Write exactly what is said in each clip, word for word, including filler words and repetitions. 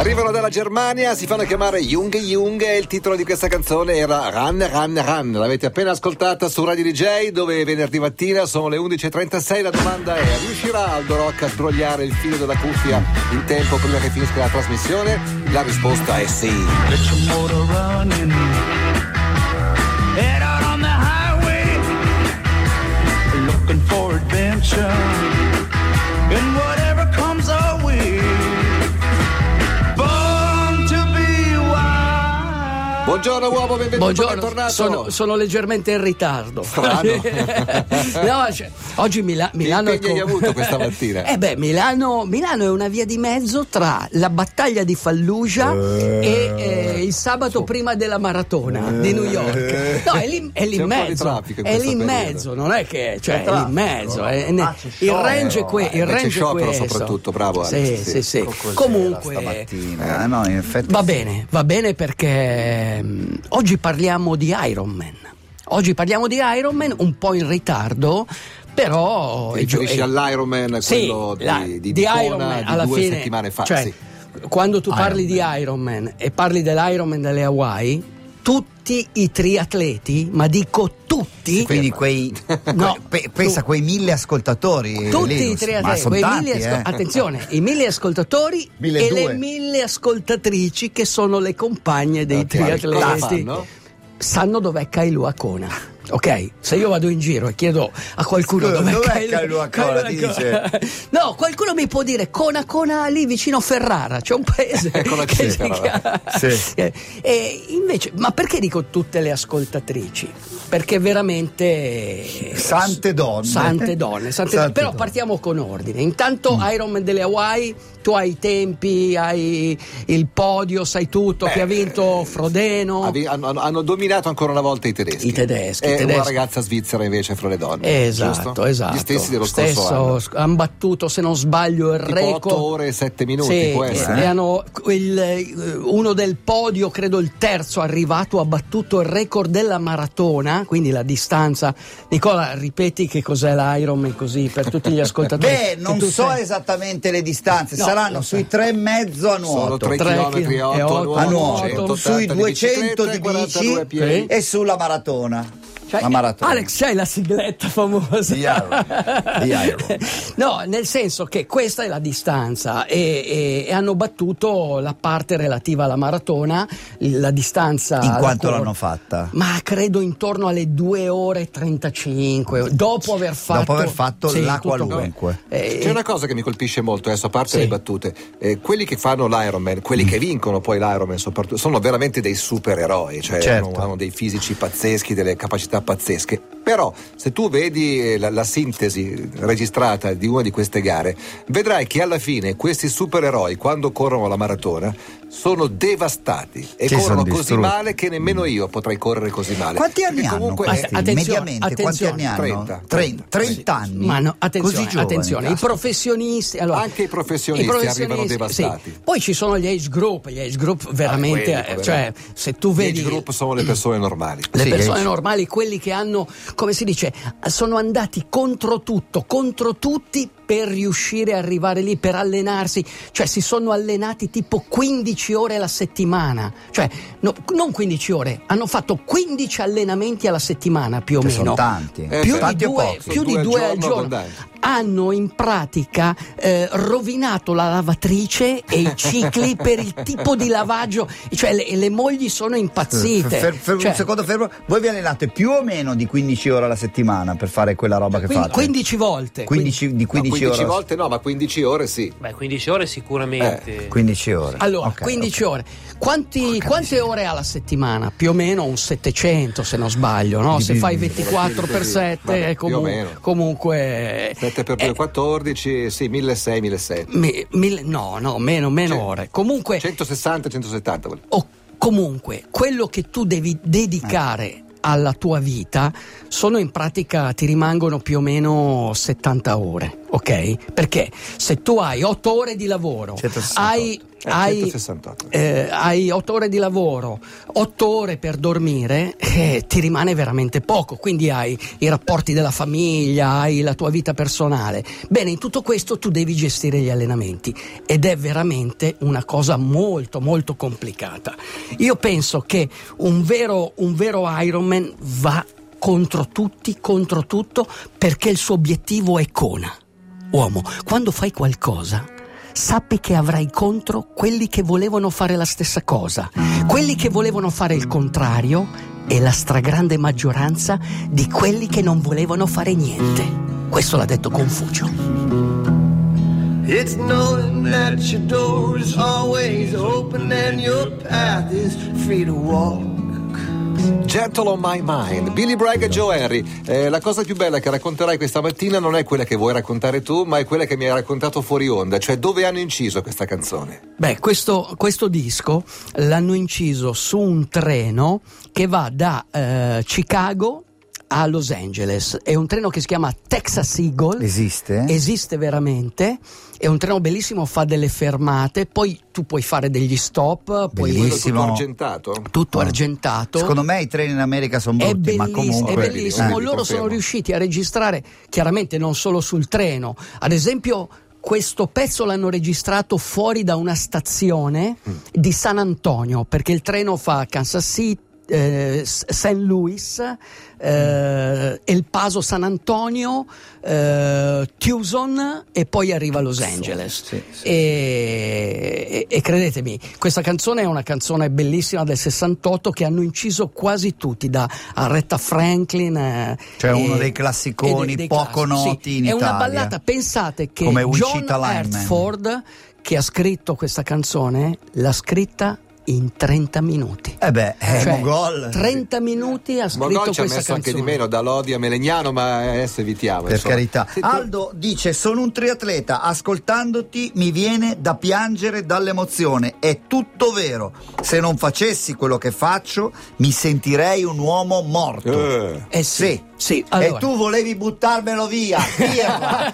Arrivano dalla Germania, si fanno chiamare Jung Jung e il titolo di questa canzone era Run Run Run. L'avete appena ascoltata su Radio D J, dove venerdì mattina sono le undici e trentasei. La domanda è: riuscirà Aldo Rock a sbrogliare il filo della cuffia in tempo prima che finisca la trasmissione? La risposta è sì. Head out on the highway, looking for adventure, and whatever comes our way, born to be wild. Buongiorno uomo, benvenuto, Buongiorno, bentornato. sono, sono leggermente in ritardo. Strano. No, cioè, oggi Mila- Milano che è impegni hai come... avuto questa mattina? Eh beh, Milano, Milano è una via di mezzo tra la battaglia di Fallujah Eh. e eh, il sabato prima della maratona eh. di New York. No, è lì, è lì C'è in un po' di mezzo. traffico in È questo lì in periodo. mezzo, non è che cioè, C'è è lì in mezzo. È, è, Ah, il range è que- il Eh, beh, c'è range è sciopero questo. soprattutto, bravo Sì, Alex, sì, sì. sì. Cos'era Comunque stamattina? Eh, no, in effetti va bene, va bene perché mh, oggi parliamo di Iron Man. Oggi parliamo di Iron Man un po' in ritardo, però Ti riferisci eh, all'Iron Man, sì, quello di, la- di, di di Iron Icona, Man di alla due fine, settimane fa, cioè, sì. quando tu Iron parli di Man. Iron Man e parli dell'Iron Man delle Hawaii, tutti i triatleti, ma dico tutti, quindi quei No, pe- pensa a quei mille ascoltatori tutti i Linus, ma triatleti, sono quei tanti, mille asco- eh. attenzione, i mille ascoltatori Mille e due. le mille ascoltatrici che sono le compagne dei Ok, cosa triatleti fanno? sanno dov'è Kailua Kona. Ok, se io vado in giro e chiedo a qualcuno Scusa, dov'è, dov'è Kailua- Kailua Kona, ti Kailua Kona? No, qualcuno mi può dire Kona Kona lì vicino a Ferrara, c'è un paese Eccola che qui, si però. chiama Sì. Eh, e invece, ma perché dico tutte le ascoltatrici? Perché veramente Sante donne. Sante donne, sante Sante donne. Però donne. partiamo con ordine. Intanto Iron Man delle Hawaii, tu hai i tempi, hai il podio, sai tutto, Beh, che ha vinto Frodeno. Ave- Hanno, hanno- hanno dominato ancora una volta i tedeschi. I tedeschi, E i tedeschi. una ragazza svizzera invece fra le donne. Esatto, giusto? esatto. Gli stessi dello scorso anno. hanno battuto, se non sbaglio, il Tipo record. otto ore e sette minuti, Sì, può e- essere. e hanno il- uno del podio, credo il terzo arrivato, ha battuto il record della maratona, quindi la distanza. Nicola, ripeti che cos'è l'Ironman così per tutti gli ascoltatori. Beh, non Che tu so sai- esattamente le distanze, No, saranno lo sui so. tre e mezzo a Sono nuoto. tre Tre chilometri e chilo- e otto otto a a nuoto, nuoto, sui duecento di quarantadue a bici piedi. e sulla maratona. Cioè, la maratona. Alex, c'hai la sigletta famosa. Di Iron. Di Iron. No, nel senso che questa è la distanza e, e- e hanno battuto la parte relativa alla maratona, la distanza. In alla quanto cor- l'hanno fatta? Ma credo intorno alle due ore e trentacinque, dopo aver fatto, Dopo aver fatto sì, la tutto- qualunque. Eh, C'è una cosa che mi colpisce molto, adesso a parte Sì. le battute, eh, quelli che fanno l'Ironman, quelli che vincono poi l'Ironman soprattutto, sono veramente dei supereroi, cioè Certo. hanno, hanno dei fisici pazzeschi, delle capacità pazzesche. Però se tu vedi eh, la, la sintesi registrata di una di queste gare, vedrai che alla fine questi supereroi, quando corrono la maratona, sono devastati e Sì, corrono sono così distrutti. male che nemmeno io potrei correre così male. Quanti anni Perché hanno comunque questi? Att- attenzione, Mediamente quanti attenzione. anni hanno? trenta, trenta, trenta anni? Ma no, attenzione, Così giovani, attenzione, i caspita. professionisti, allora, Anche i professionisti arrivano devastati. sì. Poi ci sono gli age group, gli age group veramente, quelli, eh, poverelli. cioè se tu Gli vedi age group sono le persone normali. le Sì, persone age- normali, quelli che hanno, come si dice, sono andati contro tutto, contro tutti per riuscire a arrivare lì, per allenarsi, cioè si sono allenati tipo quindici ore alla settimana, cioè no, non quindici ore, hanno fatto quindici allenamenti alla settimana più o Che meno. sono tanti. Eh, Più, tanti di o due, pochi? più Sono di due due al al giorno giorno abbondanti. hanno in pratica eh, rovinato la lavatrice e i cicli per il tipo di lavaggio, cioè le, le mogli sono impazzite. Fer- fer- Cioè, un secondo fermo. Voi vi allenate più o meno di quindici ore alla settimana per fare quella roba che quindi- fate? quindici volte. quindici, di No, quindici, quindici ore. volte no, ma quindici ore sì. Beh, quindici ore sicuramente. quindici ore. Allora, Ok, quindici ok. ore. Quanti- quante ore alla settimana? Più o meno un settecento, se non sbaglio, no? Di- Se di- fai di- ventiquattro per sette, Vabbè, è più o comu- meno. comunque. sette per due, eh, quattordici, sì, milleseicento, millesettecento. mi- mille- no, no, meno, meno Cioè, ore. Comunque, centosessanta, centosettanta. quello. o comunque, quello che tu devi dedicare alla tua vita sono in pratica, ti rimangono più o meno settanta ore, ok? Perché se tu hai otto ore di lavoro, centosessanta hai hai, centosessantotto. eh, hai otto ore di lavoro, otto ore per dormire, eh, ti rimane veramente poco, quindi hai i rapporti della famiglia, hai la tua vita personale. Bene, in tutto questo tu devi gestire gli allenamenti ed è veramente una cosa molto molto complicata. Io penso che un vero, un vero Ironman va contro tutti, contro tutto, perché il suo obiettivo è Kona. Uomo, quando fai qualcosa, sappi che avrai contro quelli che volevano fare la stessa cosa, quelli che volevano fare il contrario e la stragrande maggioranza di quelli che non volevano fare niente. Questo l'ha detto Confucio. It's knowing that your door is always open and your path is free to walk. Gentle on My Mind, Billy Bragg e Joe Henry. Eh, la cosa più bella che racconterai questa mattina non è quella che vuoi raccontare tu, ma è quella che mi hai raccontato fuori onda, cioè dove hanno inciso questa canzone. Beh, questo, questo disco l'hanno inciso su un treno che va da eh, Chicago a Los Angeles. È un treno che si chiama Texas Eagle. Esiste? Esiste veramente. È un treno bellissimo, fa delle fermate, poi tu puoi fare degli stop. Poi Bellissimo. Tutto argentato? Tutto argentato. Secondo me i treni in America sono È brutti, ma bellissimo, comunque è bellissimo. Eh, Loro confermo. sono riusciti a registrare, chiaramente non solo sul treno. Ad esempio, questo pezzo l'hanno registrato fuori da una stazione mm. di San Antonio, perché il treno fa Kansas City, eh, Saint Louis, eh, El Paso, San Antonio, eh, Tucson e poi arriva a Los Angeles. Sì, sì. E, e, e credetemi, questa canzone è una canzone bellissima del sessantotto che hanno inciso quasi tutti, da Aretha Franklin, eh, cioè e, uno dei classiconi e dei poco classici. noti Sì, in è Italia. una ballata, pensate che Come John Wichita Lineman. Hertford, che ha scritto questa canzone, l'ha scritta in trenta minuti. Eh beh, è Cioè, Mogol. trenta minuti ha scritto Mogol ci ha questa messo anche canzone. di meno, da Lodi a Melegnano, ma adesso evitiamo. Per insomma. carità. Sì, tu- Aldo dice: sono un triatleta, ascoltandoti mi viene da piangere dall'emozione. È tutto vero. Se non facessi quello che faccio, mi sentirei un uomo morto. Eh. Eh sì, Sì. sì, allora. E tu volevi buttarmelo via, via.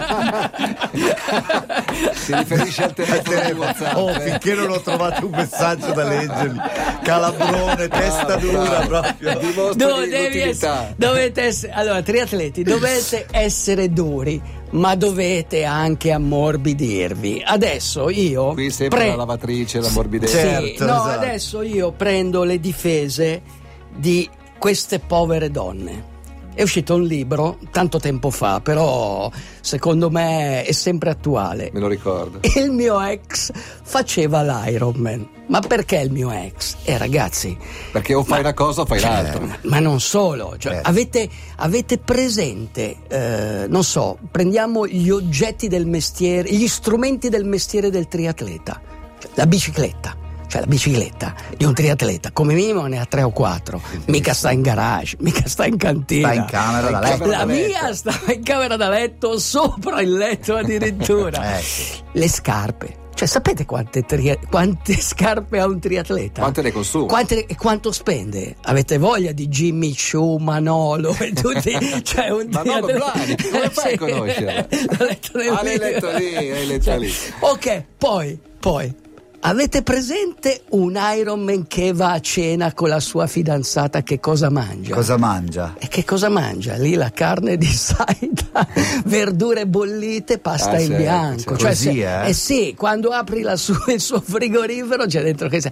Si riferisce al telefono di WhatsApp. Oh, eh. finché non ho trovato un messaggio da leggergli. Calabrone, testa dura proprio. Dimostra No, di devi inutilità. essere, dovete essere, allora, triatleti, dovete essere duri, ma dovete anche ammorbidirvi. Adesso io Qui sempre pre- la lavatrice, la morbidezza. Sì, Certo, no, esatto. adesso io prendo le difese di queste povere donne. È uscito un libro tanto tempo fa, però secondo me è sempre attuale. Me lo ricordo. Il mio ex faceva l'Ironman. Ma perché il mio ex? Eh ragazzi, Perché o fai Ma- una cosa o fai cioè, l'altra. ma, ma non solo, cioè, Certo. avete, avete presente, eh, non so, prendiamo gli oggetti del mestiere, gli strumenti del mestiere del triatleta, cioè, la bicicletta. Cioè la bicicletta di un triatleta come minimo ne ha tre o quattro, mica sta in garage, mica sta in cantina, Sta in camera da letto. la mia stava in camera da letto, sopra il letto addirittura. Eh, sì. Le scarpe, cioè sapete quante, tria- quante scarpe ha un triatleta? Quante ne consuma? Quante, e quanto spende? Avete voglia di Jimmy Choo, Manolo e tutti? Cioè un Manolo triatleta- Blahnik, come fai a conoscerlo? L'ho letto nel Ah, l'hai libro. letto lì, l'hai letto Cioè, lì. Ok, poi, poi avete presente un Ironman che va a cena con la sua fidanzata, che cosa mangia? Cosa mangia? E che cosa mangia? Lì la carne di saida, verdure bollite, pasta Ah, in certo, bianco. certo. Cioè, Così, se- eh? eh sì, quando apri la sua- il suo frigorifero c'è dentro che sa-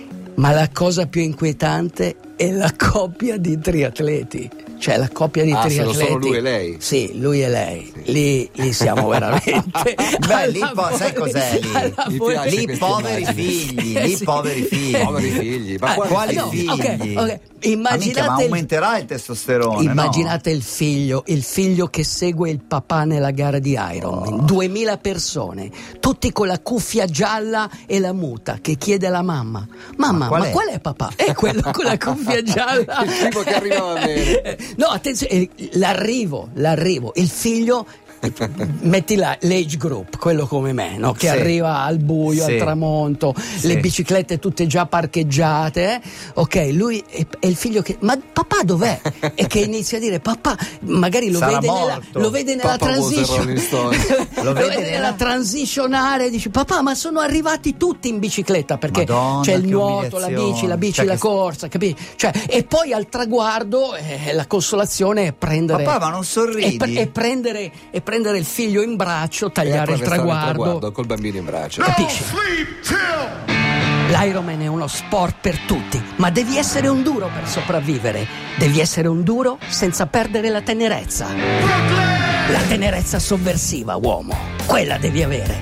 Ma la cosa più inquietante è la coppia di triatleti. Cioè la coppia di Ah, se lo triatleti. sono lui e lei? Sì, lui e lei. Lì, lì siamo veramente. Beh, lì alla po- sai follia- cos'è lì? alla Mi follia- piace Lì questa poveri immagine. figli, Eh, lì sì. poveri figli. Poveri figli. Ma Ah, quali quali no, figli? ok, ok. Ma minchia, Immaginate ma il- aumenterà il testosterone, Immaginate il figlio, il figlio che segue il papà nella gara di Ironman, Oh. duemila persone, tutti con la cuffia gialla e la muta, che chiede alla mamma: mamma, Ma qual ma è?" qual è papà? È quello con la cuffia gialla. Il primo che arriva va bene. No, attenzione, eh, l'arrivo, l'arrivo, il figlio metti là l'age group, quello come me, no? Che Sì. arriva al buio, Sì. al tramonto, Sì. le biciclette tutte già parcheggiate, eh? Ok, lui è, è il figlio che, ma papà dov'è? E che inizia a dire, papà, magari lo Sarà vede nella, morto. lo vede nella Papà was a transition, Rolling Stone. lo vede vede nella nella- transition area, dice, papà, ma sono arrivati tutti in bicicletta, perché Madonna, c'è il che nuoto, la umiliazione. bici, la bici, Cioè la che- corsa, capisci? Cioè, e poi al traguardo eh, la consolazione è prendere Papà, ma non sorridi? e, pre- e prendere e prendere il figlio in braccio, E tagliare il attraversare traguardo. col bambino in braccio. Capisci? L'Ironman è uno sport per tutti, ma devi essere un duro per sopravvivere. Devi essere un duro senza perdere la tenerezza. La tenerezza sovversiva, uomo. Quella devi avere.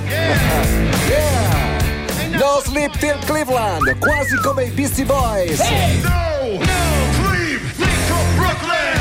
No Sleep Till Cleveland, quasi come i Beastie Boys. No, no, sleep, sleep to Brooklyn,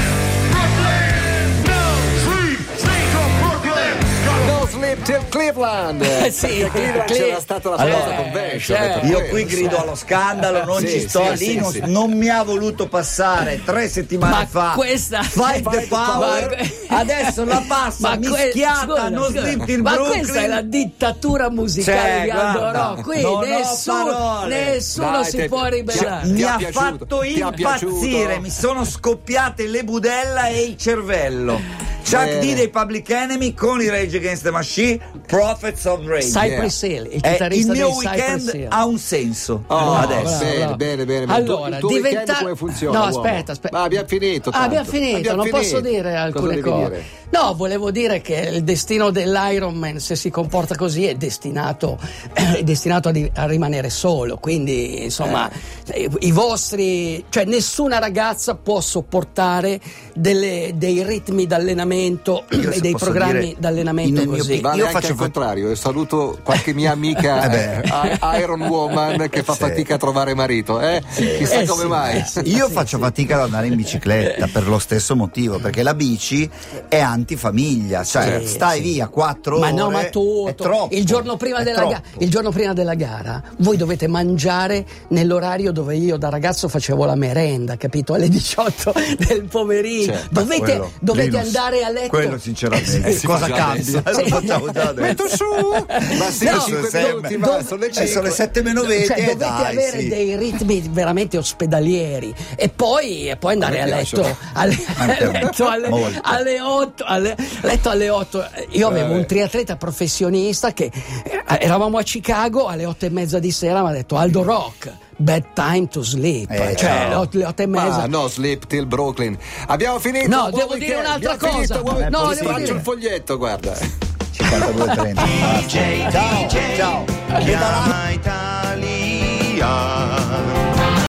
Brooklyn. No, sleep, sleep to Brooklyn. No Sleep Till Cleveland. Eh sì, Perché a Cleveland Cle- c'era stata la Allora, famosa convention. certo. per Io quello, qui sì. grido allo scandalo, non Sì, ci sto sì, lì, sì, non, sì. non mi ha voluto passare tre settimane Ma fa. questa- Fight the Fight the Power, Ma- adesso la passa Ma que- mischiata, scusa, non scusa, Sleep in ma Brooklyn. questa è la dittatura musicale Cioè, di Aldo guarda, Rock. Qui non ho nessuno, parole. nessuno Dai, si te- può ribellare. Ti Mi è ha piaciuto? fatto Ti è impazzire, piaciuto? mi sono scoppiate le budella e il cervello. Chuck Bene. D dei Public Enemy con i Rage Against the Machine, Prophets of Rage. Cypress Hill, il Eh, il chitarrista mio dei Cypress weekend Hill. ha un senso Oh, adesso. bravo, bene, bravo. bene, bene, bene. Allora, il tuo weekend diventa- come funziona? No, uomo? aspetta, aspetta. Ma abbiamo finito. Ah, tanto. abbiamo finito, Abbiamo non posso finito. dire Cosa alcune devi cose. dire? No, volevo dire che il destino dell'Ironman, se si comporta così, è destinato, è destinato a, ri- a rimanere solo. Quindi, insomma, Eh. i vostri, cioè nessuna ragazza può sopportare delle- dei ritmi d'allenamento Io, e se dei posso programmi dire, d'allenamento nel mio così. pic- Vale Io anche faccio al fa- contrario, e saluto qualche mia amica Eh beh. eh, Iron Woman che fa Sì. fatica a trovare marito, eh? Chissà Eh come sì, mai. eh sì. Io faccio fatica ad andare in bicicletta per lo stesso motivo, perché la bici è antifamiglia, cioè Sì, stai sì. via quattro Ma ore. no, ma tu, è tu- troppo, il, giorno prima è della ga- troppo. il giorno prima della gara voi dovete mangiare nell'orario dove io da ragazzo facevo la merenda, capito? Alle diciotto del pomeriggio. Certo, dovete Quello, dovete Linus, andare a letto. quello sinceramente Eh, si cosa fa già cambia? adesso. Lo facciamo già adesso. Metto su, ma sì, No, cinque sempre. minuti, va, Dove- sono le Eh, sono cinque. le sette meno venti, Cioè, eh, dovete dai, avere sì. dei ritmi veramente ospedalieri e poi, e poi andare A a me letto piacciono. alle, Anche a me. letto alle, Molto. alle otto alle, letto alle otto. Io avevo Vabbè. un triatleta professionista che eh, eravamo a Chicago alle otto e mezza di sera, mi ha detto Aldo Rock, bad time to sleep, Eh, cioè ciao. le otto, le otto e mezza. Ah, no, Sleep Till Brooklyn. Abbiamo finito. No, buon devo weekend. dire un'altra Abbiamo cosa. finito, buon- No, ti devo faccio dire- il foglietto, guarda. cinquantadue trenta. D J, Ciao, D J, ciao. chiama Italia.